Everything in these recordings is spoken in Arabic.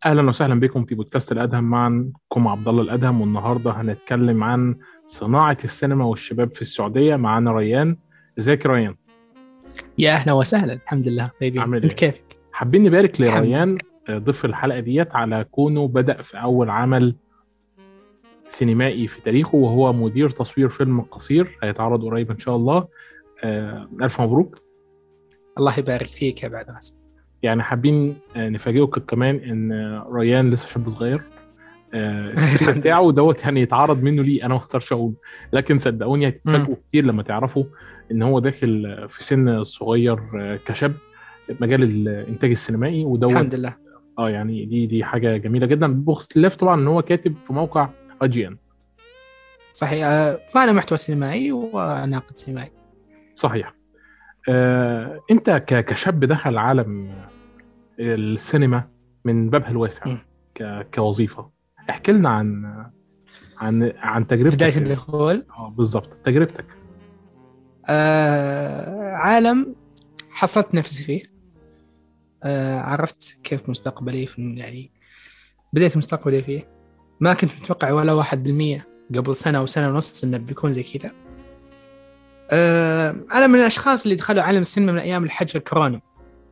اهلا وسهلا بكم في بودكاست الادهم. معكم عبد الله الادهم، والنهارده هنتكلم عن صناعه السينما والشباب في السعوديه. معانا ريان. ازيك يا ريان؟ يا أهلا وسهلا، الحمد لله طيبين. عامل أنت ايه؟ كيفك؟ حابين نبارك الحمد لله. لريان ضيف الحلقه ديت على كونه بدأ في اول عمل سينمائي في تاريخه، وهو مدير تصوير فيلم قصير هيتعرض قريب ان شاء الله. الف مبروك. الله يبارك فيك يا بعد راس. يعني حابين نفاجئك كمان ان ريان لسه شاب صغير. السن الحمد لله. بتاعه دوت يعني يتعرض منه ليه، انا ما اقدرش اقول. لكن صدقوني مم. هتتفاجئوا كتير لما تعرفوا ان هو داخل في سن صغير كشاب مجال الانتاج السينمائي ودوت. الحمد لله. يعني دي حاجه جميله جدا، باختلاف طبعا ان هو كاتب في موقع اجيان. صحيح، صانع محتوى سينمائي وناقد سينمائي. صحيح. انت كشاب دخل عالم السينما من بابها الواسع مم. كوظيفه. احكي لنا عن بداية تجربتك. الدخول. بالظبط تجربتك. عالم حصلت نفسي فيه. عرفت كيف مستقبلي يعني بداية مستقبلي فيه. ما كنت متوقع ولا 1% قبل سنة أو سنة ونص إنه بيكون زي كذا. أنا من الأشخاص اللي دخلوا عالم السينما من أيام الحجر الكورونا.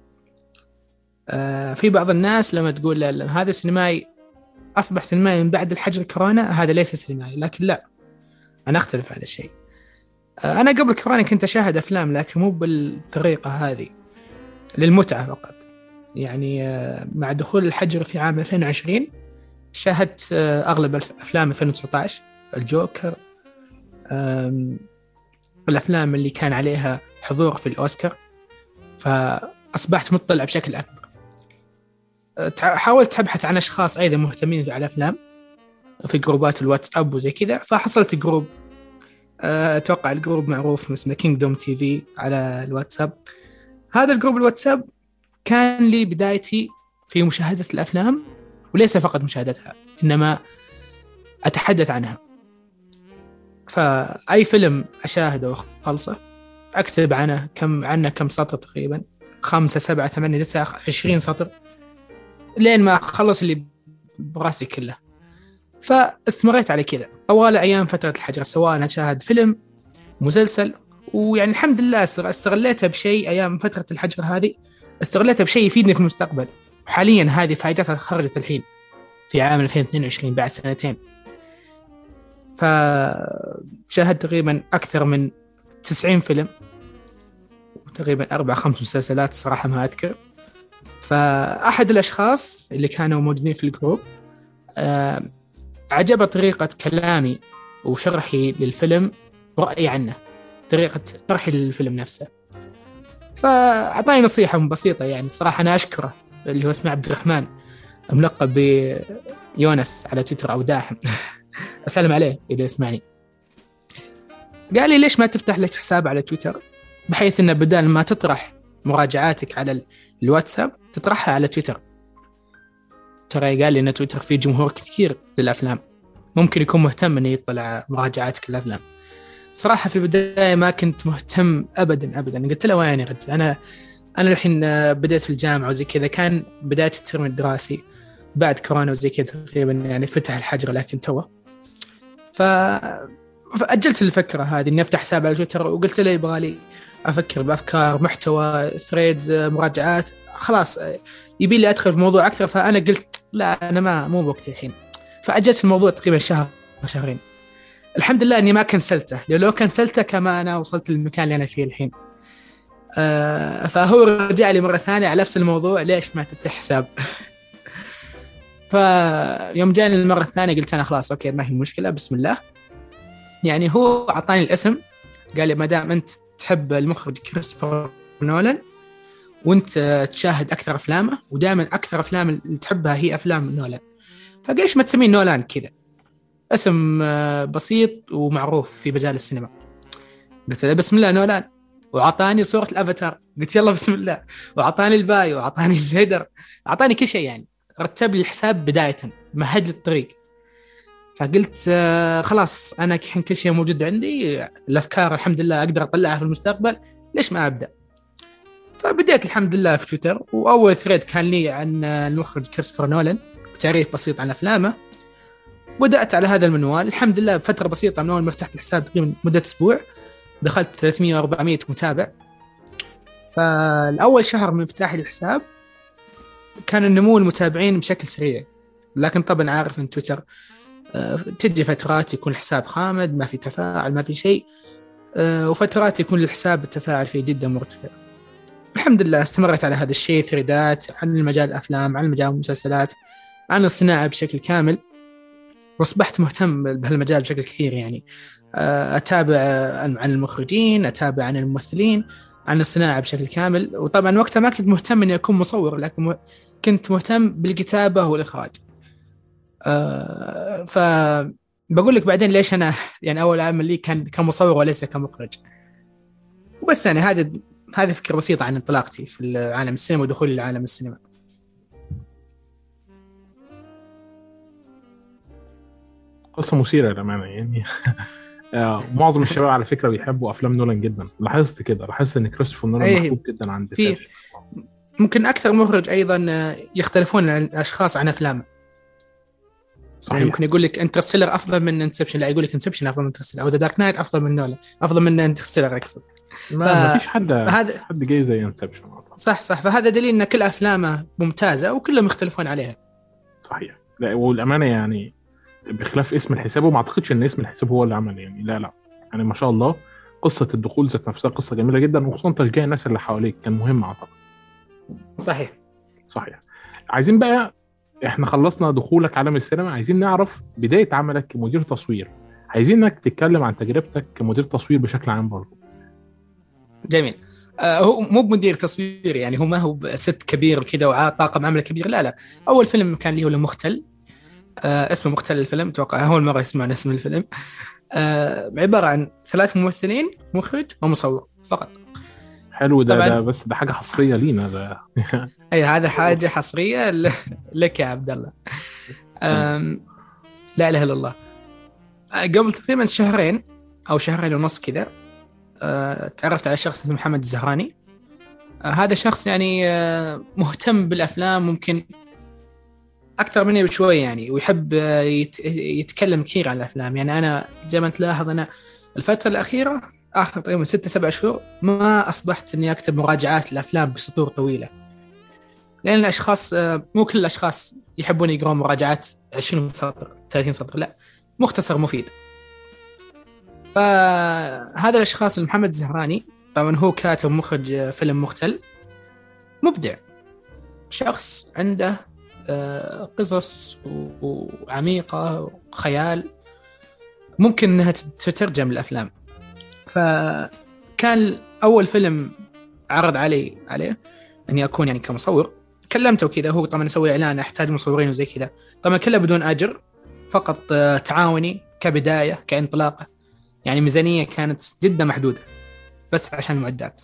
في بعض الناس لما تقول هذا سينمائي أصبح سينمائي من بعد الحجر كورونا، هذا ليس سينمائي. لكن لا، أنا أختلف هذا الشيء. أنا قبل كورونا كنت أشاهد أفلام، لكن مو بالطريقة هذه، للمتعة فقط. يعني مع دخول الحجر في عام 2020 شاهدت أغلب أفلام 2019، الجوكر، الأفلام اللي كان عليها حضور في الأوسكار. فأصبحت مطلع بشكل أكبر. حاولت أبحث عن أشخاص أيضا مهتمين على أفلام في جروبات الواتساب وزي كذا، فحصلت جروب. أتوقع الجروب معروف اسمه كينغدوم تي في على الواتساب. هذا الجروب الواتساب كان لي بدايتي في مشاهدة الأفلام، وليس فقط مشاهدتها إنما أتحدث عنها. فأي فيلم أشاهده وخلصه أكتب عنه كم سطر تقريبا، 5 7 8 9 20 سطر، لين ما أخلص اللي براسي كله. فاستمريت على كذا طوال أيام فترة الحجر، سواء أشاهد فيلم مسلسل. ويعني الحمد لله استغليتها بشيء. أيام فترة الحجر هذه استغليتها بشيء يفيدني في المستقبل. وحاليا هذه فائدتها خرجت الحين في عام 2022 بعد سنتين. فشاهدت تقريبا أكثر من 90 فيلم، وتقريبا 4 5 مسلسلات، الصراحة ما أذكر. فأحد الأشخاص اللي كانوا موجودين في الجروب عجب طريقة كلامي وشرحي للفيلم ورأيي عنه، طريقة طرحي للفيلم نفسه. فأعطاني نصيحة بسيطة، يعني الصراحة أنا أشكره، اللي هو اسمه عبد الرحمن، ملقب بيونس على تويتر أو داحم. أسلم عليه إذا يسمعني. قال لي ليش ما تفتح لك حساب على تويتر، بحيث أنه بدل ما تطرح مراجعاتك على الواتساب تطرحها على تويتر. ترى قال لي أن تويتر فيه جمهور كثير للأفلام، ممكن يكون مهتم أن يطلع مراجعاتك للأفلام. صراحة في البداية ما كنت مهتم أبدا أبدا. قلت له وين يا رجل، أنا الحين بدأت في الجامعة وزي كذا، كان بداية الترم الدراسي بعد كورونا وزي كذا تقريبا، يعني فتح الحجر لكن توه. فأجلت الفكرة هذه إني أفتح حساب على تويتر، وقلت له يبغالي أفكر بأفكار محتوى ثريدز مراجعات، خلاص يبي لي أدخل في الموضوع أكثر. فأنا قلت لا، أنا مو بوقتي الحين. فأجلت الموضوع تقريبا شهر شهرين. الحمد لله إني ما كنسلته، لو كنسلته كما أنا وصلت للمكان اللي أنا فيه الحين. فهو رجع لي مرة ثانية على نفس الموضوع، ليش ما تفتح حساب؟ فيوم جاني المرة الثانية قلت أنا خلاص أوكي، ما هي مشكلة، بسم الله. يعني هو أعطاني الاسم، قال لي ما دام أنت تحب المخرج كريستوفر نولان وأنت تشاهد أكثر أفلامه، ودائما أكثر أفلام اللي تحبها هي أفلام نولان، فقال ليش ما تسميه نولان كذا، اسم بسيط ومعروف في مجال السينما. قلت له بسم الله نولان، وعطاني صورة الأفاتار، قلت يلا بسم الله، وعطاني البايو، وعطاني الهيدر، عطاني كل شيء، يعني رتب لي الحساب بداية، مهد لي الطريق. فقلت خلاص أنا الحين كل شيء موجود عندي، الأفكار الحمد لله أقدر أطلعها في المستقبل، ليش ما أبدأ؟ فبدأت الحمد لله في تويتر، وأول ثريد كان لي عن المخرج كريستوفر نولان، وتعريف بسيط عن أفلامه. بدأت على هذا المنوال الحمد لله بفترة بسيطة من أول ما فتحت الحساب تقريبا مدة أسبوع دخلت 300 400 متابع. فالأول شهر من فتح الحساب كان النمو المتابعين بشكل سريع، لكن طبعا عارف ان تويتر تجي فترات يكون الحساب خامد ما في تفاعل ما في شيء، وفترات يكون الحساب التفاعل فيه جدا مرتفع. الحمد لله استمرت على هذا الشيء، ثريدات عن المجال الأفلام، عن مجال المسلسلات، عن الصناعة بشكل كامل، واصبحت مهتم بهالمجال بشكل كثير. يعني أتابع عن المخرجين، أتابع عن الممثلين، عن الصناعة بشكل كامل. وطبعا وقتها ما كنت مهتم إني أكون مصور، لكن كنت مهتم بالكتابة والإخراج. فبقول لك بعدين ليش أنا يعني أول عمل لي كان كمصور وليس كمخرج. وبس يعني هذه فكرة بسيطة عن انطلاقتي في عالم السينما ودخولي لعالم السينما. قصة مثيرة للأمانة يعني. معظم الشباب على فكرة بيحبوا أفلام نولان جدا، لاحظت كده، لاحظت إن كريستوفر نولان محبوب جدا عند في ممكن أكثر مخرج أيضا يختلفون الأشخاص عن أفلامه. صحيح. يعني ممكن يقول لك انترستيلر أفضل من انسبشن، لا يقول لك انسبشن أفضل من انترستيلر، أو ذا دارك نايت أفضل من نولان، أفضل من انترستيلر أقصد. ما فيش حد جاي زي انسبشن. صح. فهذا دليل إن كل أفلامه ممتازة وكلهم يختلفون عليها. صحيح. لا والأمانة يعني بخلاف اسم الحساب، وما أعتقدش إن اسم الحساب هو اللي عمل يعني، لا يعني ما شاء الله قصة الدخول ذات نفسها قصة جميلة جدا، وخصوصا تشجيع الناس اللي حواليك كان مهم أعتقد. صحيح. عايزين بقى، احنا خلصنا دخولك عالم السينما، عايزين نعرف بداية عملك كمدير تصوير. عايزينك تتكلم عن تجربتك كمدير تصوير بشكل عام برضه. جميل. هو مو مدير تصوير يعني، هو ما هو ست كبير كده وطاقم عمل كبير، لا. أول فيلم كان لي هو المختل. اسمه مختل الفيلم، أتوقع أول مرة يسمعنا اسم الفيلم. عبارة عن 3 ممثلين، مخرج ومصور فقط. حلو ده بس ده حاجة حصرية لينا ده. أي هذا حاجة حصرية لك يا عبد الله. لا إله إلا الله. قبل تقريبا شهرين أو شهرين ونص كذا تعرفت على شخص اسمه محمد الزهراني. هذا شخص يعني مهتم بالأفلام ممكن أكثر مني بشوي يعني، ويحب يتكلم كثير عن الأفلام. يعني أنا زي ما تلاحظ أنا الفترة الأخيرة آخر تقريبا 6-7 شهور ما أصبحت إني أكتب مراجعات الأفلام بسطور طويلة، لأن الأشخاص مو كل الأشخاص يحبون يقرون مراجعات 20 سطر 30 سطر، لا، مختصر مفيد. فهذا الأشخاص محمد الزهراني طبعا هو كاتب مخرج فيلم مختل، مبدع، شخص عنده قصص وعميقة وخيال ممكن أنها تترجم الأفلام. فكان أول فيلم عرض عليه أني أكون يعني كمصور. كلمته وكذا، هو طبعا يسوي إعلان أحتاج مصورين وزي كذا، طبعا كله بدون أجر، فقط تعاوني كبداية كانطلاقة. يعني ميزانية كانت جدا محدودة بس عشان المعدات.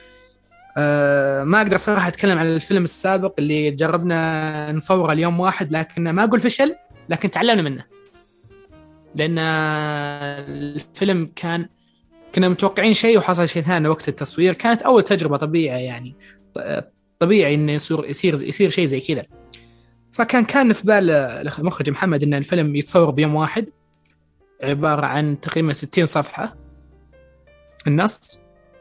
ما أقدر صراحة أتكلم عن الفيلم السابق اللي جربنا نصوره اليوم واحد، لكن ما أقول فشل، لكن تعلمنا منه، لأن الفيلم كنا متوقعين شيء وحصل شيء ثاني وقت التصوير. كانت أول تجربة طبيعية يعني، طبيعي إنه يصير شيء زي كذا. فكان في بال المخرج محمد إن الفيلم يتصور بيوم واحد، عبارة عن تقريبا 60 صفحة النص.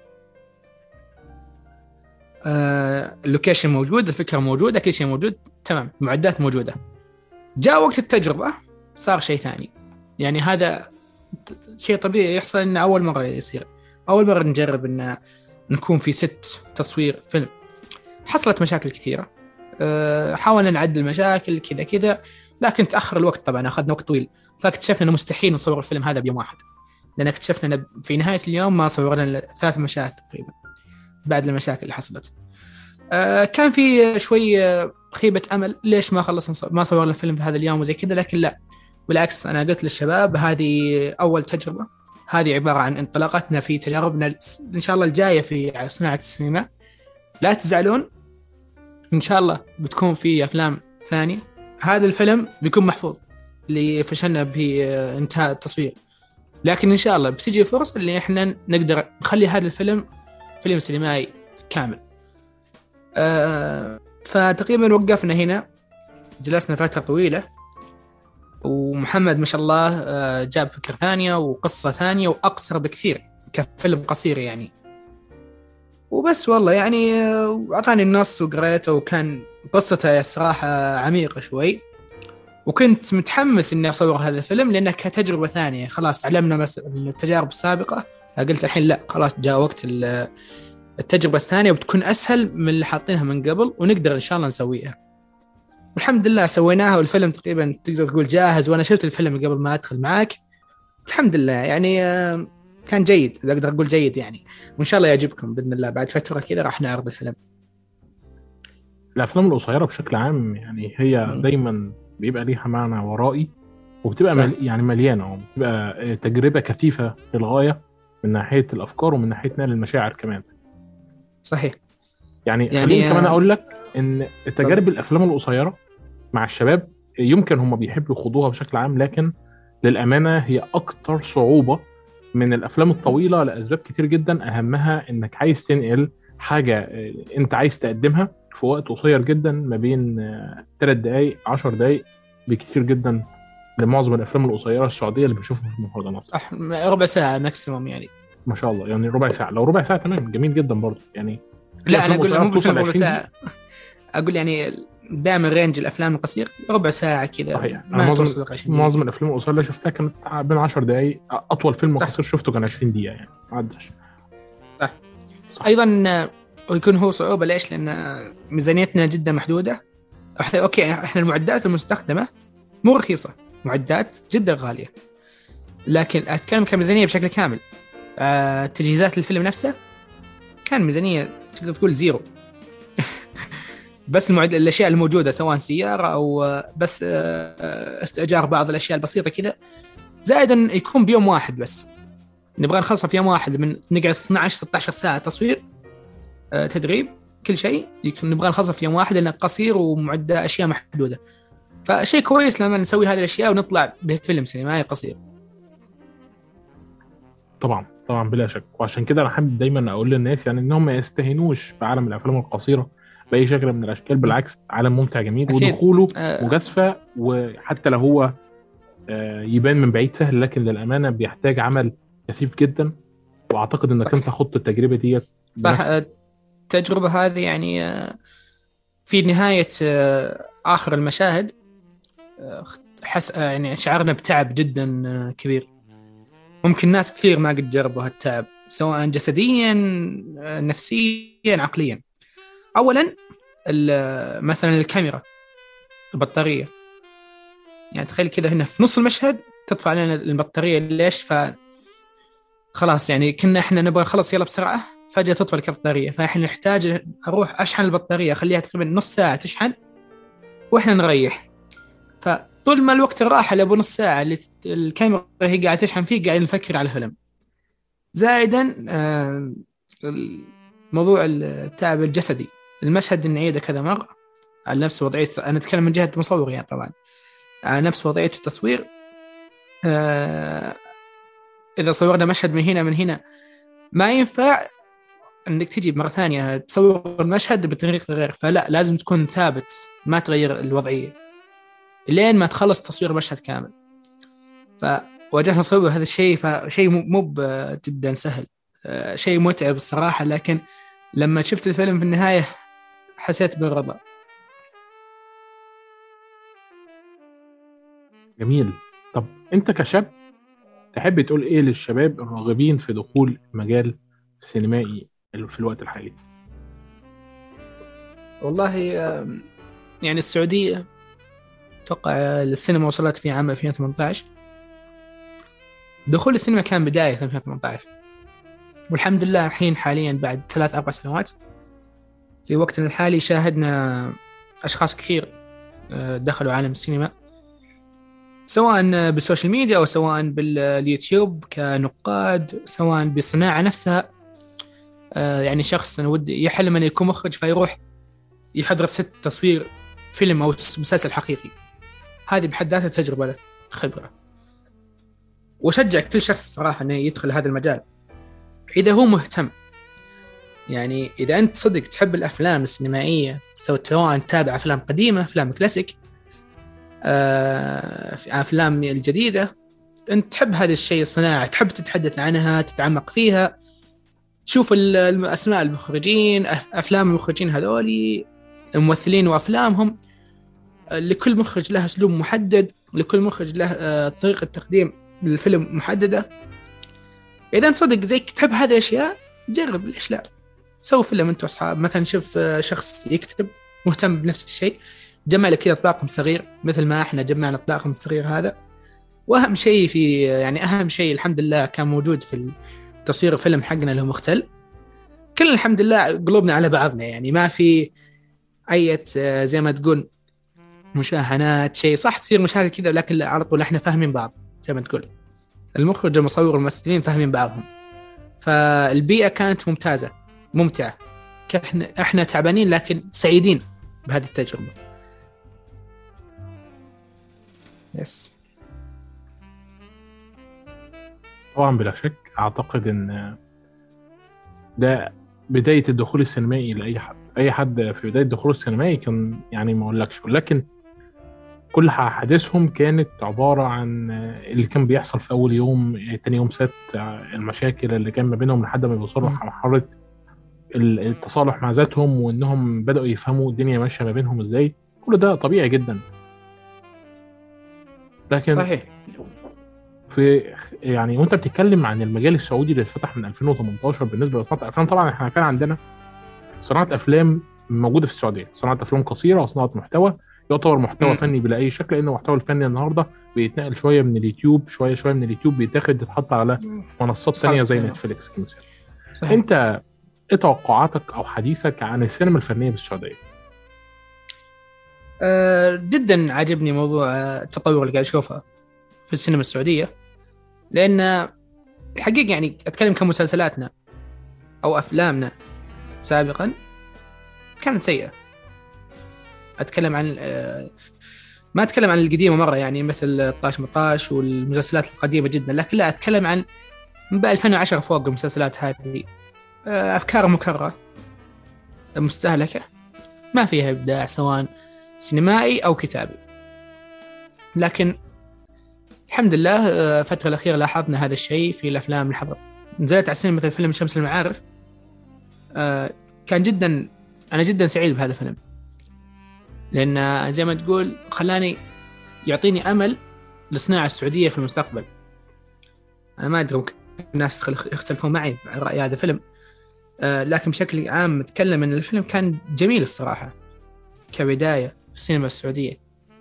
اللوكيشن موجود، الفكرة موجودة، كل شيء موجود تمام، المعدات موجودة. جاء وقت التجربة صار شيء ثاني. يعني هذا شيء طبيعي يحصل، إن أول مرة يصير، أول مرة نجرب إن نكون في ست تصوير فيلم. حصلت مشاكل كثيرة، حاولنا نعدل مشاكل كذا، لكن تأخر الوقت طبعا، أخذنا وقت طويل. فاكتشفنا إنه مستحيل نصور الفيلم هذا بيوم واحد، لأن اكتشفنا إن في نهاية اليوم ما صورنا 3 مشاهد تقريبا بعد المشاكل اللي حصلت. كان في شوي خيبة أمل، ليش ما صورنا الفيلم في هذا اليوم وزي كذا، لكن لا، بالعكس أنا قلت للشباب هذه أول تجربة، هذه عبارة عن انطلاقتنا في تجاربنا إن شاء الله الجاية في صناعة السينما. لا تزعلون، إن شاء الله بتكون في أفلام ثانية. هذا الفيلم بيكون محفوظ اللي فشلنا بانتهاء التصوير، لكن إن شاء الله بتجي فرصة اللي إحنا نقدر نخلي هذا الفيلم فيلم سينمائي كامل. فتقريبا وقفنا هنا جلسنا فترة طويلة، ومحمد ما شاء الله جاب فكرة ثانية وقصة ثانية وأقصر بكثير كفيلم قصير يعني. وبس والله يعني أعطاني النص وقريته، وكان قصته الصراحة عميقة شوي، وكنت متحمس إني أصور هذا الفيلم لأنه كتجربة ثانية. خلاص علمنا التجارب السابقة، قلت الحين لا خلاص جاء وقت التجربة الثانية، وبتكون أسهل من اللي حاطينها من قبل، ونقدر إن شاء الله نسويها. والحمد لله سويناها، والفيلم تقريبا تقدر تقول جاهز، وأنا شفت الفيلم قبل ما أدخل معك. الحمد لله يعني كان جيد، إذا أقدر أقول جيد يعني، وإن شاء الله يعجبكم بإذن الله. بعد فترة كذا راح نعرض الفيلم. الافلام القصيره بشكل عام يعني هي دايما بيبقى ليها معنى ورائي، وبتبقى يعني مليانه، بتبقى تجربه كثيفه للغايه من ناحيه الافكار ومن ناحيه نقل المشاعر كمان. صحيح. يعني خليني كمان اقول لك ان تجارب الافلام القصيره مع الشباب يمكن هم بيحبوا يخوضوها بشكل عام، لكن للامانه هي اكتر صعوبه من الافلام الطويله لاسباب كتير جدا، اهمها انك عايز تنقل حاجه انت عايز تقدمها في وقت قصير جدا، ما بين 3 دقائق 10 دقائق بكتير جدا لمعظم الافلام القصيره السعوديه اللي بنشوفها في المهرجانات. ربع ساعه ماكسيموم يعني، ما شاء الله. يعني ربع ساعه، لو ربع ساعه تمام جميل جدا برضه يعني. لا انا اقول مو بفيلم ربع ساعه، اقول يعني دائما رينج الافلام القصير ربع ساعه كذا. صحيح. معظم الافلام القصيره اللي شفتها كانت بين 10 دقائق، اطول فيلم قصير شفته كان 20 دقيقه يعني ما عداش. صح. ايضا ويكون هو صعوبه ليش؟ لان ميزانيتنا جدا محدوده. احنا المعدات المستخدمه مو رخيصه، معدات جدا غاليه، لكن اتكلم كميزانيه بشكل كامل. تجهيزات الفيلم نفسه كان ميزانيه تقدر تقول زيرو. بس الاشياء الموجوده سواء سياره او بس استئجار بعض الاشياء البسيطه كذا، زائدا يكون بيوم واحد بس، نبغى نخلصها في يوم واحد، من نقعد 12-16 ساعه تصوير تدريب كل شيء، نبغى نخلصها في يوم واحد لأنه قصير ومعدة أشياء محدودة. فشيء كويس لما نسوي هذه الأشياء ونطلع بفيلم سينمائي قصير. طبعا بلا شك. وعشان كده أنا حابب دايما أقول للناس يعني إنهم ما يستهينوش بعالم الأفلام القصيرة بأي شكل من الأشكال. بالعكس، عالم ممتع جميل، ودخوله مجازفة، وحتى لو هو يبان من بعيد سهل، لكن للأمانة بيحتاج عمل كثيف جدا. وأعتقد إنك أنت خضت التجربة دي صح. التجربة هذه يعني في نهاية آخر المشاهد يعني شعرنا بتعب جدا كبير. ممكن ناس كثير ما قد جربوا هالتعب، سواء جسديا نفسيا عقليا. أولا مثلا الكاميرا، البطارية، يعني تخيل كذا هنا في نص المشهد تطفى علينا البطارية. ليش؟ خلاص يعني كنا احنا نبغى نخلص يلا بسرعة، فجأة تطفى البطارية، فاحنا نحتاج أروح أشحن البطارية، أخليها تقريبا نص ساعة تشحن وإحنا نريح. فطول ما الوقت راح لأبو نص ساعة اللي الكاميرا هي قاعدة تشحن فيه، قاعد نفكر على الفيلم. زائدا الموضوع التعب الجسدي، المشهد نعيده كذا مرة على نفس وضعية، أنا أتكلم من جهة مصور يعني، طبعا على نفس وضعية التصوير. إذا صورنا مشهد من هنا ما ينفع انك تجي مرة ثانية تصور المشهد بطريقة غير، فلا لازم تكون ثابت، ما تغير الوضعية لين ما تخلص تصوير المشهد كامل. فواجهنا صعوبة هذا الشيء، فشيء مو جدا سهل، شيء متعب الصراحة، لكن لما شفت الفيلم في النهاية حسيت بالرضا. جميل. طب انت كشاب تحب تقول ايه للشباب الراغبين في دخول المجال السينمائي في الوقت الحالي؟ والله يعني السعودية اتوقع السينما وصلت في عام 2018. دخول السينما كان بداية في 2018، والحمد لله الحين حاليا بعد 3-4 سنوات في وقتنا الحالي شاهدنا أشخاص كثير دخلوا عالم السينما، سواء بالسوشيال ميديا أو سواء باليوتيوب كنقاد، سواء بالصناعة نفسها. يعني شخص ودي يحلم أن يكون مخرج فيروح يحضر ست تصوير فيلم أو مسلسل حقيقي، هذه بحد ذاتها تجربة له، خبرة. وشجع كل شخص صراحة أنه يدخل هذا المجال إذا هو مهتم. يعني إذا أنت صدق تحب الأفلام السينمائية، سواء تتابع أفلام قديمة، أفلام كلاسيك، في أفلام الجديدة أنت تحب هذا الشيء الصناعة، تحب تتحدث عنها، تتعمق فيها، تشوف أسماء المخرجين، أفلام المخرجين هذولي، الممثلين وأفلامهم. لكل مخرج له أسلوب محدد، لكل مخرج له طريقة تقديم للفيلم محددة. إذا أنت صدق زيك تحب هذه الأشياء جرب، ليش لا؟ سوي فيلم أنت وأصحاب، مثلا شوف شخص يكتب مهتم بنفس الشيء، جمع لك كذا طاقم صغير مثل ما احنا جمعنا الطاقم الصغير هذا. واهم شيء في يعني اهم شيء الحمد لله كان موجود في تصوير الفيلم حقنا اللي هو مختل. كل الحمد لله قلوبنا على بعضنا، يعني ما في اي زي ما تقول مشاحنات شيء، صح تصير مشاكل كذا لكن على طول احنا فاهمين بعض، زي ما تقول المخرج المصور والممثلين فاهمين بعضهم. فالبيئة كانت ممتازة ممتعة، احنا تعبانين لكن سعيدين بهذه التجربة. يس طبعا بلا شك اعتقد ان ده بدايه الدخول السينمائي لاي حد. اي حد في بدايه الدخول السينمائي كان يعني ما اقولكش، لكن كل حديثهم كانت عباره عن اللي كان بيحصل في اول يوم تاني يوم ست، المشاكل اللي كان ما بينهم لحد ما بيوصلوا لمرحله التصالح مع ذاتهم، وانهم بداوا يفهموا الدنيا ماشيه ما بينهم ازاي. كل ده طبيعي جدا. لكن صحيح في يعني وانت بتتكلم عن المجال السعودي اللي اتفتح من 2018 بالنسبه لصناعه الافلام، طبعا احنا كان عندنا صناعه افلام موجوده في السعوديه، صناعه افلام قصيره وصناعه محتوى، يعتبر محتوى فني بلا اي شك، لان المحتوى الفني النهارده بيتنقل شويه من اليوتيوب، شويه من اليوتيوب بيتاخد يتحط على منصات ثانيه زي نتفليكس كمثال. انت ايه توقعاتك او حديثك عن السينما الفنيه بالسعوديه؟ جدا عجبني موضوع التطور اللي قاعد اشوفه في السينما السعوديه، لان الحقيقه يعني اتكلم كمسلسلاتنا او افلامنا سابقا كانت سيئه. اتكلم عن ما اتكلم عن القديمه مره، يعني مثل 12 والمسلسلات القديمه جدا، لكن لا اتكلم عن من 2010 فوق. المسلسلات هذه افكار مكرره مستهلكه، ما فيها ابداع سواء سينمائي او كتابي. لكن الحمد لله الفتره الاخيره لاحظنا هذا الشيء في الافلام الحضر. نزلت على السينما مثل فيلم شمس المعارف، كان انا جدا سعيد بهذا الفيلم، لان زي ما تقول خلاني يعطيني امل للصناعه السعوديه في المستقبل. انا ما ادري ممكن الناس يختلفون معي عن راي هذا الفيلم، لكن بشكل عام اتكلم ان الفيلم كان جميل الصراحه كبدايه في السينما السعوديه.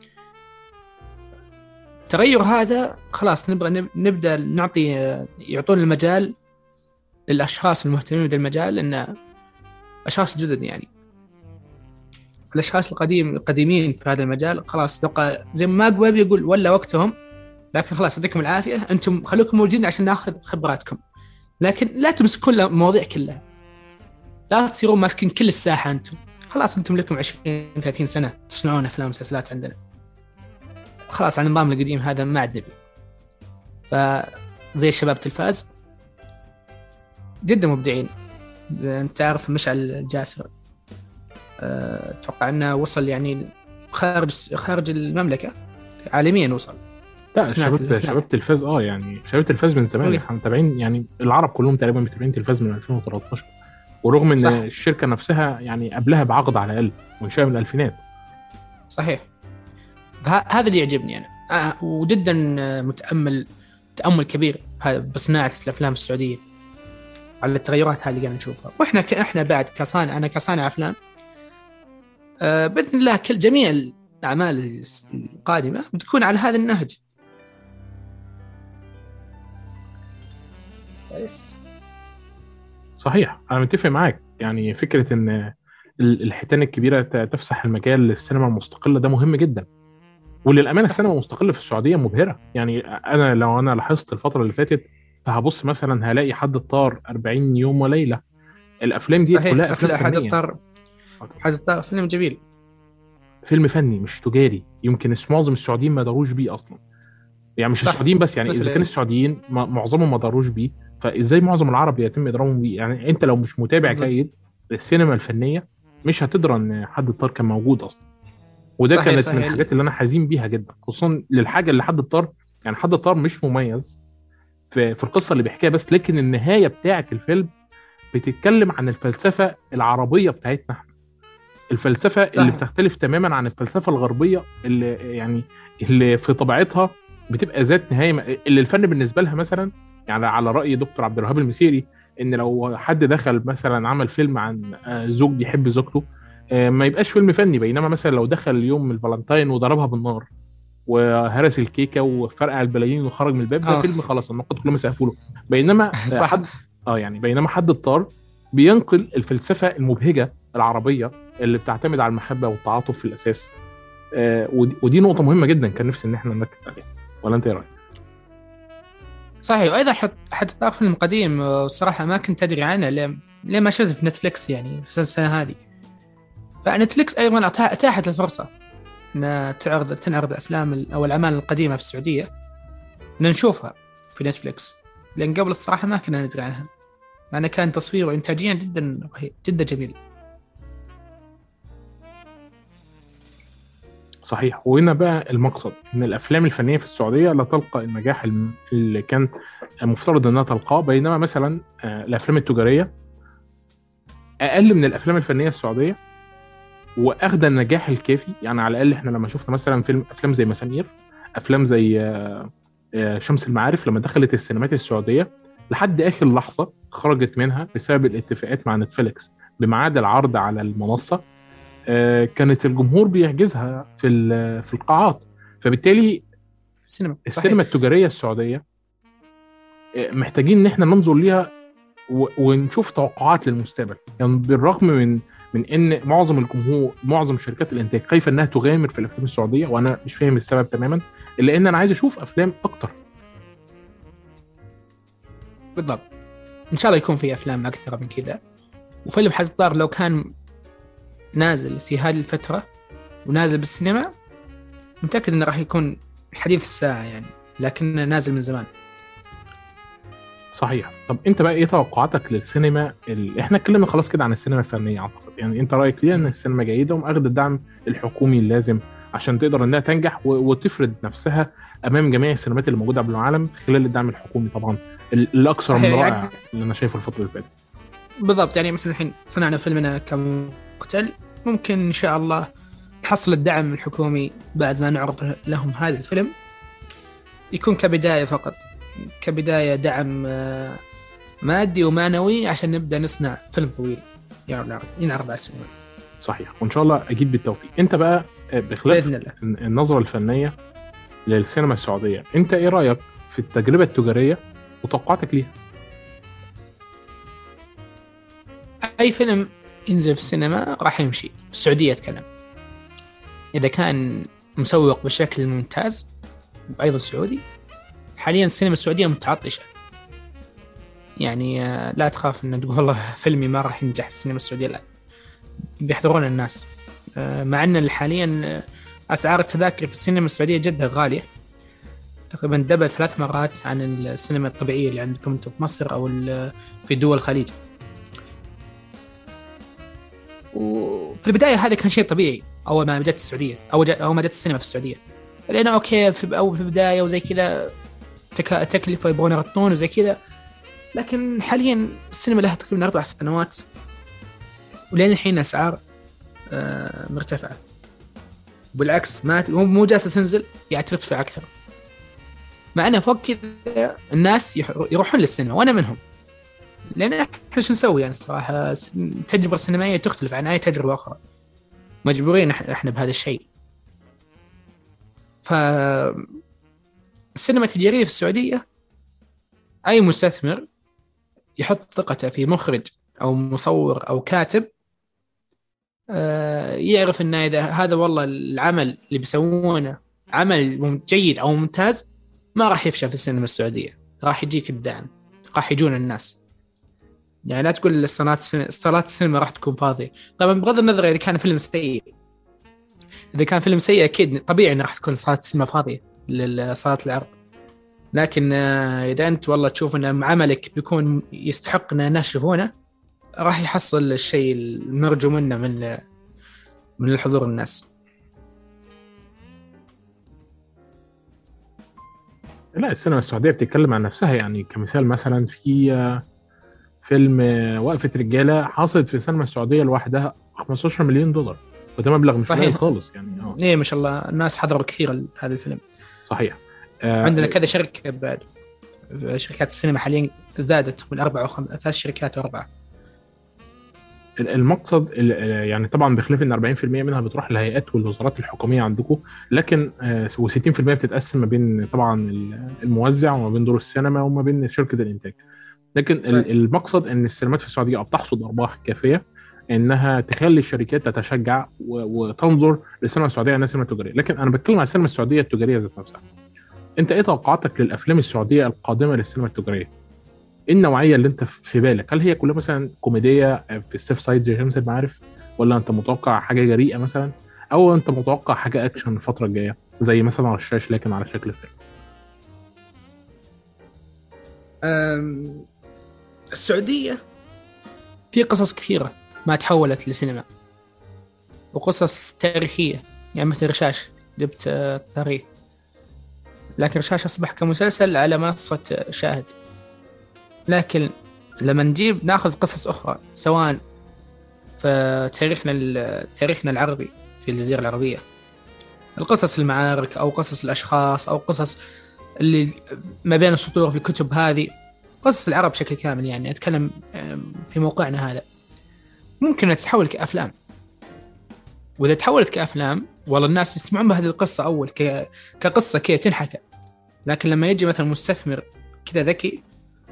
التغير هذا خلاص نبدا نعطي يعطون المجال للاشخاص المهتمين بالمجال، ان اشخاص جدد يعني الاشخاص القديمين في هذا المجال خلاص توقع زي ما قبل يقول ولا وقتهم، لكن خلاص يعطيكم العافيه، انتم خلوكم موجودين عشان ناخذ خبراتكم، لكن لا تمسكون المواضيع كلها، لا تصيرون ماسكين كل الساحه. انتم خلاص انتم لكم 20-30 سنه تصنعون افلام ومسلسلات عندنا، خلاص عن النظام القديم هذا ما عاد نبي. فزي الشباب تلفاز جدا مبدعين. انت تعرف مشعل الجاسر، اتوقع انه وصل يعني خارج المملكه عالميا وصل. لا شباب تلفاز يعني شباب تلفاز من زمان، احنا متابعين يعني العرب كلهم تقريبا متابعين تلفاز من 2013، ورغم ان صح. الشركه نفسها يعني قبلها بعقد على الاقل وانشاء من الالفينات. صحيح، هذا اللي يعجبني انا، وجدا تامل كبير بصناعه الافلام السعوديه على التغيرات هذه اللي قاعد نشوفها. واحنا بعد كصانع افلام باذن الله كل جميع الاعمال القادمه بتكون على هذا النهج. صحيح، انا متفق معاك. يعني فكره ان الحيتان الكبيره تفسح المجال للسينما المستقله ده مهم جدا، وللامانه السينما المستقله في السعوديه مبهره. يعني انا لو انا لاحظت الفتره اللي فاتت فهبص مثلا هلاقي حد الطار 40 يوم وليله، الافلام دي كلها افلام فنيه. حد الطار فيلم جميل، فيلم فني مش تجاري. يمكن معظم السعوديين ما داروش بيه اصلا، يعني مش السعوديين بس، يعني اذا كان السعوديين معظمهم ما داروش بيه، فازاي معظم العرب يتم ادراكهم بيه؟ يعني انت لو مش متابع جيد للسينما الفنيه مش هتدرى ان حد الطار كان موجود اصلا. وده صحيح كانت من صحيح. الحاجات اللي انا حزين بيها جدا، خصوصا للحاجه اللي حد الطار. يعني حد الطار مش مميز في القصه اللي بيحكيها بس، لكن النهايه بتاعه الفيلم بتتكلم عن الفلسفه العربيه بتاعتنا احنا، الفلسفه اللي صح بتختلف تماما عن الفلسفه الغربيه، اللي يعني اللي في طبيعتها بتبقى ذات نهايه، اللي الفن بالنسبه لها مثلا، يعني على راي دكتور عبد الوهاب المسيري، ان لو حد دخل مثلا عمل فيلم عن زوج بيحب زوجته، ما يبقاش فيلم فني. بينما مثلا لو دخل يوم الفالنتاين وضربها بالنار وهرس الكيكه وفرقع البلايين وخرج من الباب، ده اه. فيلم خلاص النقد كلهم سقفوا له. بينما صح. حد يعني بينما حد الطار بينقل الفلسفه المبهجه العربيه اللي بتعتمد على المحبه والتعاطف في الاساس. ودي نقطه مهمه جدا كان نفسي ان احنا نركز عليها، ولا انت ايه رايك؟ صحيح. وايضا حتى طار فيلم قديم صراحه ما كنت ادري عنه ليه ما شفته في نتفليكس يعني في السنه هذه. فنتفليكس ايضا اتاحت الفرصه ان تنعرض افلام او الاعمال القديمه في السعوديه، ان نشوفها في نتفليكس، لان قبل الصراحه ما كنا ندري عنها، مع انه كان تصوير وانتاجيا جدا رهيب جدا جميل. صحيح. وهنا بقى المقصد ان الافلام الفنيه في السعوديه لا تلقى النجاح اللي كان مفترض انها تلقاه، بينما مثلا الافلام التجاريه اقل من الافلام الفنيه السعوديه واخده النجاح الكافي. يعني على الاقل احنا لما شفنا مثلا افلام زي مسامير، افلام زي شمس المعارف، لما دخلت السينمات السعوديه لحد اخر لحظه خرجت منها بسبب الاتفاقات مع نتفليكس بميعاد العرض على المنصه، كانت الجمهور بيحجزها في القاعات. فبالتالي السينما السينما صحيح. التجاريه السعوديه محتاجين ان احنا ننظر ليها ونشوف توقعات للمستقبل. يعني بالرغم من ان معظم شركات الانتاج خايفه انها تغامر في الافلام السعوديه، وانا مش فاهم السبب تماما، الا ان انا عايز اشوف افلام اكتر. بالضبط. ان شاء الله يكون في افلام اكثر من كذا. وفيلم حد الطار لو كان نازل في هذه الفتره ونازل بالسينما، متاكد انه راح يكون حديث الساعه يعني، لكنه نازل من زمان. صحيح. طب انت بقى ايه توقعاتك للسينما احنا اتكلمنا خلاص كده عن السينما الفنيه اعتقد، يعني انت رايك فيها ان السينما جيده ومأخذ الدعم الحكومي اللازم عشان تقدر انها تنجح وتفرض نفسها امام جميع السينمات اللي موجوده عبر العالم خلال الدعم الحكومي طبعا اللي اكثر من صحيح رائع يعني. اللي انا شايفه الفتره اللي فاتت. بالضبط. يعني مثلا الحين صنعنا فيلمنا كمقتل، ممكن ان شاء الله نحصل الدعم الحكومي بعد ما نعرض لهم هذا الفيلم، يكون كبدايه فقط، كبدايه دعم مادي ومعنوي عشان نبدا نصنع فيلم طويل ينعرض على السينما. صحيح. وان شاء الله اكيد بالتوفيق. انت بقى بخلاف باذن الله. النظره الفنيه للسينما السعوديه، انت ايه رايك في التجربه التجاريه وتوقعاتك ليها؟ اي فيلم ينزل في السينما راح يمشي في السعوديه، اتكلم اذا كان مسوق بشكل ممتاز وايضا سعودي. حاليا السينما السعوديه متعطشه، يعني لا تخاف ان تقول والله فيلمي ما راح ينجح في السينما السعوديه، لا، بيحضرون الناس. مع ان حاليا اسعار التذاكر في السينما السعوديه جدا غاليه، تقريبا دبل 3 مرات عن السينما الطبيعيه اللي عندكم انتم في مصر او في دول الخليج. وفي البدايه هذا كان شيء طبيعي اول ما جت السعوديه او ما جت السينما في السعوديه، لانه اوكي في البدايه وزي كذا تكلفه يبغون يغطون وزي كذا. لكن حاليا السينما لها تقريبا 4 سنوات ولين الحين اسعار مرتفعه، بالعكس مو جالسه تنزل، قاعد ترتفع اكثر. مع انه فوق كذا الناس يروحون للسينما وانا منهم، لان احنا شو نسوي يعني الصراحه، التجربه السينمائيه تختلف عن اي تجربه اخرى، مجبورين احنا بهذا الشيء. فالسينما التجاريه في السعوديه اي مستثمر يحط ثقته في مخرج او مصور او كاتب، يعرف ان اذا هذا والله العمل اللي بيسوونه عمل جيد او ممتاز، ما راح يفشل في السينما السعوديه، راح يجيك الدعم، راح يجون الناس. يعني لا تقول صالات السينما راح تكون فاضيه. طبعا بغض النظر اذا كان فيلم سيء، اذا كان فيلم سيء اكيد طبيعي انه راح تكون صالات السينما فاضيه لصالات العرض. لكن اذا انت والله تشوف ان عملك بيكون يستحق ان الناس يشوفونه، راح يحصل الشيء المرجو منه من الحضور الناس. لا، السينما السعوديه بتتكلم عن نفسها. يعني كمثال مثلا في فيلم وقفه رجاله حصلت في السينما السعوديه لوحدها 15 مليون دولار، وده مبلغ مش قليل صحيح. خالص يعني. اه ايه ما شاء الله، الناس حضروا كثير هذا الفيلم. صحيح. عندنا آه، كذا شركة بعد، شركات السينما حاليا ازدادت من 3 شركات و4. المقصد يعني طبعا بخلاف ان 40% منها بتروح للهيئات والوزارات الحكوميه عندكم، لكن و60% بتتقسم ما بين طبعا الموزع وما بين دور السينما وما بين شركه الانتاج. لكن صحيح. المقصد ان السينمات في السعوديه بتحصد ارباح كافيه انها تخلي الشركات تتشجع وتنظر للسينما السعوديه انها سينما تجاريه. لكن انا بتكلم عن السينما السعوديه التجاريه ذات نفسها. انت ايه توقعاتك للافلام السعوديه القادمه للسينما التجاريه؟ ايه النوعيه اللي انت في بالك؟ هل هي كلها مثلا كوميديه في السيف سايد زي شمس المعارف، ولا انت متوقع حاجه جريئه مثلا، او انت متوقع حاجه اكشن الفتره الجايه زي مثلا رشاش لكن على شكل فيلم؟ أم، السعودية في قصص كثيرة ما تحولت لسينما، وقصص تاريخية، يعني مثل رشاش، جبت تاريخ، لكن رشاش أصبح كمسلسل على منصة شاهد. لكن لما ناخذ قصص أخرى، سواء في تاريخنا العربي في الجزيرة العربية، القصص المعارك أو قصص الأشخاص أو قصص اللي ما بين السطور في الكتب، هذه قصص العرب بشكل كامل. يعني أتكلم في موقعنا هذا ممكن تتحول كأفلام، وإذا تحولت كأفلام والله الناس يسمعون بهذه القصة أول كقصة كي تنحكى. لكن لما يجي مثلا مستثمر كذا ذكي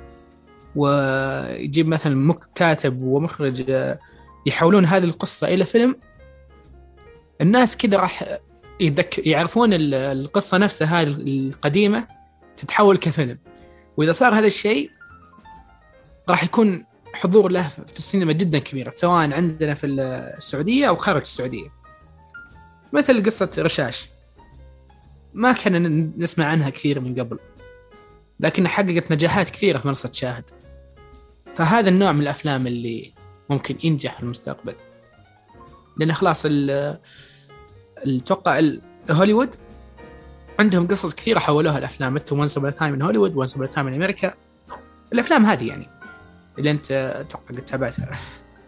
ويجيب مثلا كاتب ومخرج يحولون هذه القصة إلى فيلم، الناس كذا راح يعرفون القصة نفسها هذه القديمة تتحول كفيلم. وإذا صار هذا الشيء راح يكون حضور له في السينما جدا كبير، سواء عندنا في السعودية أو خارج السعودية. مثل قصة رشاش، ما كنا نسمع عنها كثير من قبل، لكن حققت نجاحات كثيرة في منصة شاهد. فهذا النوع من الأفلام اللي ممكن ينجح في المستقبل، لأن خلاص أتوقع هوليوود عندهم قصص كثيرة حولوها الأفلام، مثل Once Upon a Time in Hollywood، Once Upon a Time in America. الأفلام هذه يعني اللي أنت أتوقع قد تابعتها.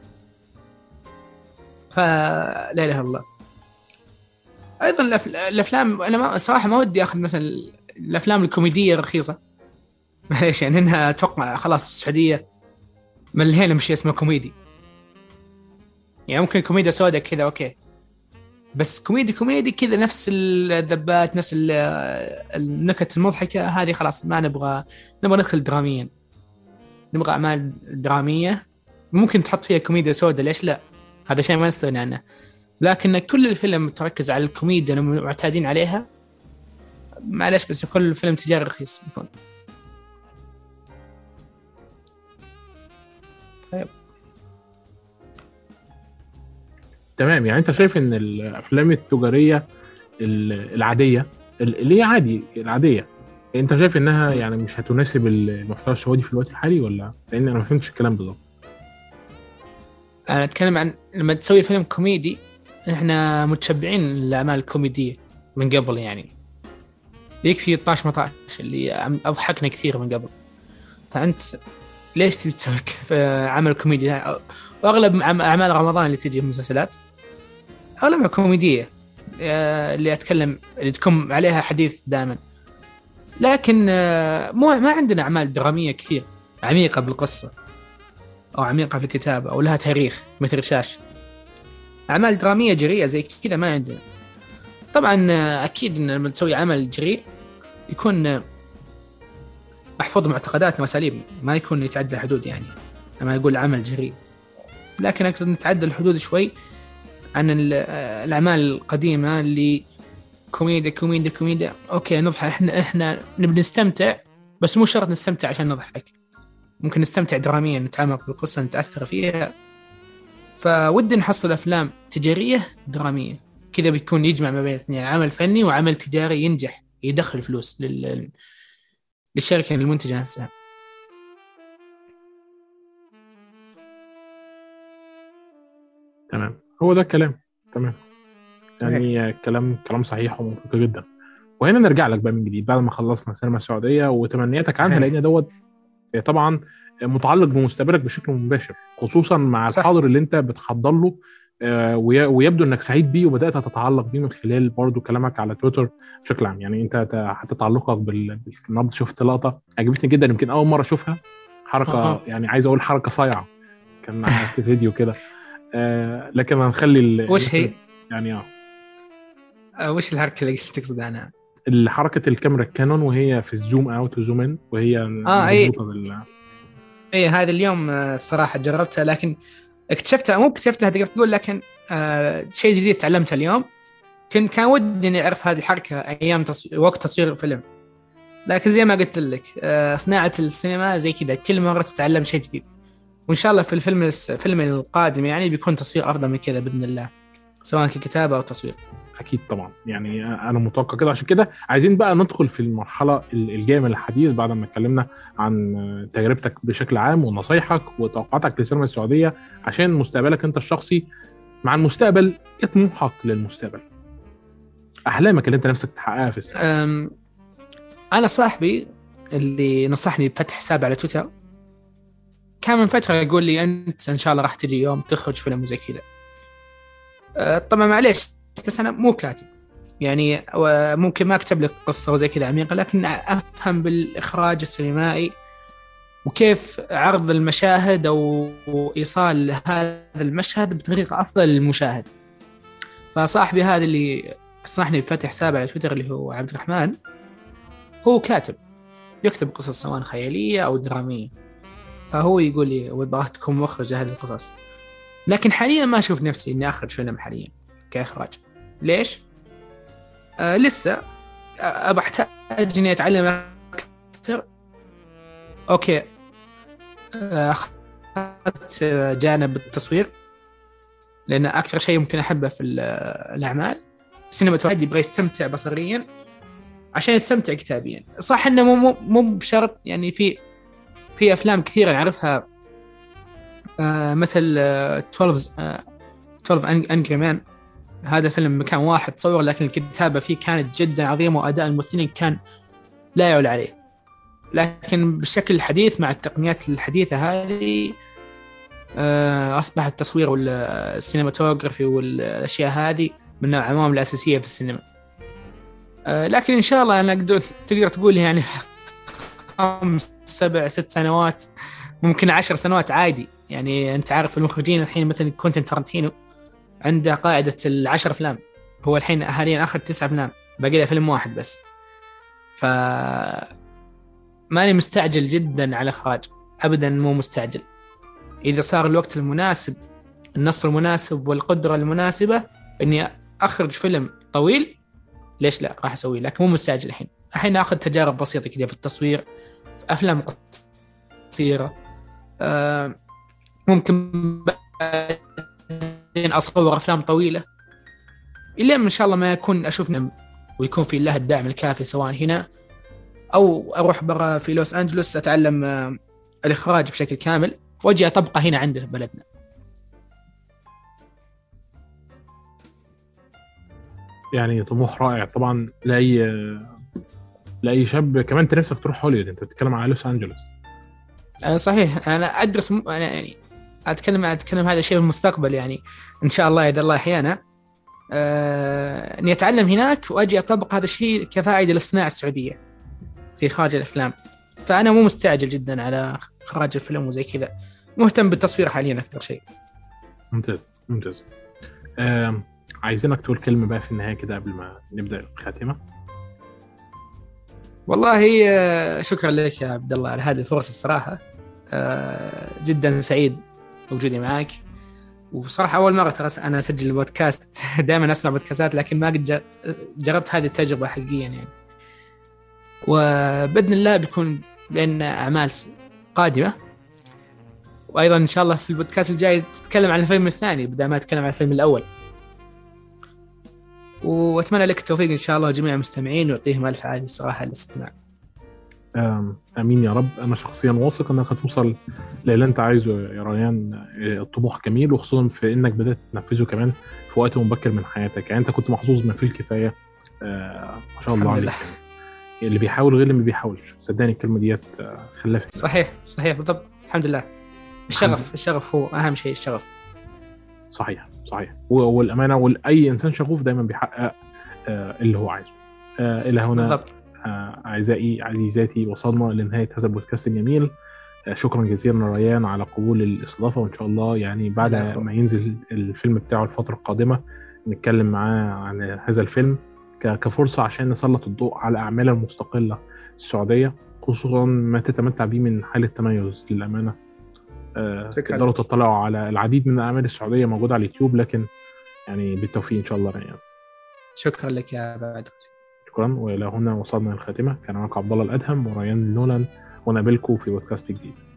فلا إله إلا الله. أيضا الأفلام، أنا صراحة ما ودي أخذ مثلا الأفلام الكوميدية الرخيصة، معليش، يعني إنها أتوقع خلاص السعودية ملهينا مش اسمه كوميدي. يعني ممكن كوميديا سوداء كذا أوكي، بس كوميدي كذا نفس الذبات، نفس النكت المضحكة هذه خلاص ما نبغى ندخل دراميا، نبغى أعمال درامية ممكن تحط فيها كوميديا سوداء، ليش لا؟ هذا شيء ما نستغني عنه. لكن كل الفيلم تركز على الكوميديا اللي معتادين عليها، معلش، بس كل فيلم تجاري رخيص بيكون. طيب تمام. يعني انت شايف ان الافلام التجاريه العاديه اللي هي عادي العاديه، انت شايف انها يعني مش هتناسب المحتوى السعودي في الوقت الحالي، ولا لان انا ما فهمتش الكلام بالظبط؟ أنا أتكلم عن لما تسوي فيلم كوميدي، إحنا متشبعين الأعمال الكوميدية من قبل، يعني يكفي 12 مطاش اللي أضحكنا كثير من قبل. فأنت ليش تبي تسوي عمل كوميدي؟ وأغلب أعمال رمضان اللي تجي مسلسلات أغلبها كوميدية، اللي أتكلم اللي تكون عليها حديث دائما. لكن ما عندنا أعمال درامية كثير عميقة بالقصة أو عميقة في الكتابة أو لها تاريخ مثل رشاش. أعمال درامية جريئة زي كذا ما عندنا. طبعا أكيد إن لما تسوي عمل جريء يكون محفوظ معتقداتنا وأساليبنا، ما يكون يتعدى الحدود. يعني لما يقول عمل جريء، لكن أقصد نتعدى الحدود شوي عن الأعمال القديمة اللي كوميديا أوكي نضحك، إحنا نبي نستمتع، بس مو شرط نستمتع عشان نضحك، ممكن نستمتع دراميا، نتعمق بالقصة، نتأثر فيها. فودي نحصل أفلام تجارية درامية كذا، بيكون يجمع ما بين الاثنين، عمل فني وعمل تجاري ينجح يدخل فلوس للشركة المنتجة نفسها. تمام، هو ده الكلام. تمام. صحيح. يعني كلام صحيح ومنطقي جدا. وهنا نرجع لك بقى من جديد بعد ما خلصنا السينما السعوديه وتمنياتك عنها، لان دوت طبعا متعلق بمستقبلك بشكل مباشر، خصوصا مع صح. الحاضر اللي انت بتحضر له. ويبدو انك سعيد بيه وبدات تتعلق بيه من خلال برضو كلامك على تويتر بشكل عام. يعني انت حتى تعلقك النهارده شفت لقطه عجبتني جدا، يمكن اول مره اشوفها، حركه يعني عايز اقول حركه صايعه، كان في فيديو كده. لكن هنخلي وش هي؟ يعني وش الحركه اللي تقصد عنها؟ حركه الكاميرا الكانون وهي في الزوم اوت وزوم ان، وهي اي مربوطه اي هذا اليوم الصراحه جربتها، لكن اكتشفتها، مو اكتشفتها تقدر تقول، لكن شيء جديد تعلمته اليوم. كان ودي اني اعرف هذه الحركه ايام وقت تصوير الفيلم، لكن زي ما قلت لك صناعه السينما زي كذا، كل مره تتعلم شيء جديد. وان شاء الله في الفيلم القادم يعني بيكون تصوير افضل من كذا باذن الله، سواء ككتابه او تصوير. اكيد طبعا، يعني انا متوقع كده. عشان كده عايزين بقى ندخل في المرحله الجايه من الحديث بعد ما اتكلمنا عن تجربتك بشكل عام ونصايحك وتوقعاتك للسينما السعوديه عشان مستقبلك انت الشخصي مع المستقبل. ايه طموحك للمستقبل؟ احلامك اللي انت نفسك تحققها في السينما. انا صاحبي اللي نصحني بفتح حساب على تويتر كان من فتره يقول لي انت ان شاء الله راح تجي يوم تخرج فيلم زي كذا. طبعا معليش، بس انا مو كاتب يعني، ممكن ما اكتب لك قصه وزي كذا عميقه، لكن افهم بالاخراج السينمائي وكيف عرض المشاهد او ايصال هذا المشهد بطريقه افضل للمشاهد. فصاحبي هذا اللي نصحني بفتح حساب على تويتر اللي هو عبد الرحمن، هو كاتب يكتب قصص سواء خياليه او دراميه، فهو يقول لي وابغاك تكون مخرج هذه القصص. لكن حاليا ما اشوف نفسي اني اخرج فيلم حاليا كاخراج. ليش؟ لسه بحتاج اني اتعلم اكثر. اوكي، اخذت جانب التصوير لان اكثر شيء ممكن احبه في الاعمال السينماتوجرافي، يبغى يستمتع بصريا عشان يستمتع كتابيا. صح انه مو بشرط، يعني في افلام كثيره نعرفها مثل 12 Angry Men. هذا فيلم مكان واحد تصور، لكن الكتابة فيه كانت جدا عظيمة وأداء الممثلين كان لا يعلى عليه. لكن بالشكل الحديث مع التقنيات الحديثة هذه أصبح التصوير والسينماتوغرافي والأشياء هذه من العوامل الأساسية في السينما. لكن إن شاء الله أنا تقدر تقول يعني 5 7 6 سنوات، ممكن 10 سنوات عادي. يعني أنت عارف المخرجين الحين مثل كوينتين تارانتينو عنده قاعدة 10 أفلام، هو الحين حاليا أخذ 9 أفلام، باقي له فيلم واحد بس. ماني مستعجل جدا على إخراج أبدا، مو مستعجل. إذا صار الوقت المناسب، النص المناسب والقدرة المناسبة إني أخرج فيلم طويل، ليش لا، راح أسويه. لكن مو مستعجل الحين أخذ تجارب بسيطة كده في التصوير، في أفلام قصيرة. ممكن بعدين أصور أفلام طويلة إلا إن شاء الله ما يكون أشوفنا ويكون في الله الدعم الكافي، سواء هنا أو أروح برا في لوس أنجلوس أتعلم الإخراج بشكل كامل وأجي أطبقه هنا عندنا في بلدنا. يعني طموح رائع طبعا لأي شاب. كمان انت نفسك تروح هوليوود، انت بتتكلم على لوس أنجلوس. صحيح، أنا أدرس أنا يعني أتكلم هذا الشيء في المستقبل، يعني إن شاء الله إذا الله أحيانا أني أتعلم هناك وأجي أطبق هذا الشيء كفائدة للصناعة السعودية في إخراج الأفلام. فأنا مو مستعجل جدا على إخراج الفيلم وزي كذا، مهتم بالتصوير حاليا أكثر شيء. ممتاز. عايزينك تقول كلمة بقى في النهاية كده قبل ما نبدأ الخاتمة. والله شكرا لك يا عبد الله على هذه الفرصة الصراحة. جدا سعيد وجودي معك. وصراحة أول مرة ترى أنا أسجل البودكاست دائما أسمع بودكاستات، لكن ما قد جربت هذه التجربة حقيقيا يعني. وبإذن الله بيكون لنا أعمال قادمة، وأيضا إن شاء الله في البودكاست الجاي تتكلم عن الفيلم الثاني بدل ما أتكلم عن الفيلم الأول. وأتمنى لك التوفيق إن شاء الله جميع المستمعين، ويعطيهم ألف عافية صراحة الاستماع. امين يا رب. انا شخصيا واثق انك هتوصل للي انت عايزه يا ريان. الطموح جميل، وخصوصا في انك بدات تنفذه كمان في وقت مبكر من حياتك. يعني انت كنت محظوظ ما فيه الكفايه ما شاء الله الحمد عليك لله. يعني. اللي بيحاول غير اللي ما بيحاولش، صدقني الكلمه ديت خلافه. صحيح بالضبط. الحمد لله. الشغف هو اهم شيء، الشغف. صحيح والامانه، واي انسان شغوف دايما بيحقق اللي هو عايزه. الى هنا بالضبط. اعزائي عزيزاتي وصلنا لنهايه هذا البودكاست الجميل. شكرا جزيلا ريان على قبول الاستضافه، وان شاء الله يعني بعد العفو. ما ينزل الفيلم بتاعه الفتره القادمه نتكلم معاه عن هذا الفيلم كفرصه عشان نسلط الضوء على الاعمال المستقله السعوديه، خصوصا ما تتمتع به من حاله تميز للامانه. تقدروا تطلعوا على العديد من الاعمال السعوديه موجوده على اليوتيوب، لكن يعني بالتوفيق ان شاء الله ريان. شكرا لك يا بعد. شكرا، والى هنا وصلنا للخاتمه. كان معكم عبد الله الادهم وريان نولان، ونقابلكم في بودكاست جديد.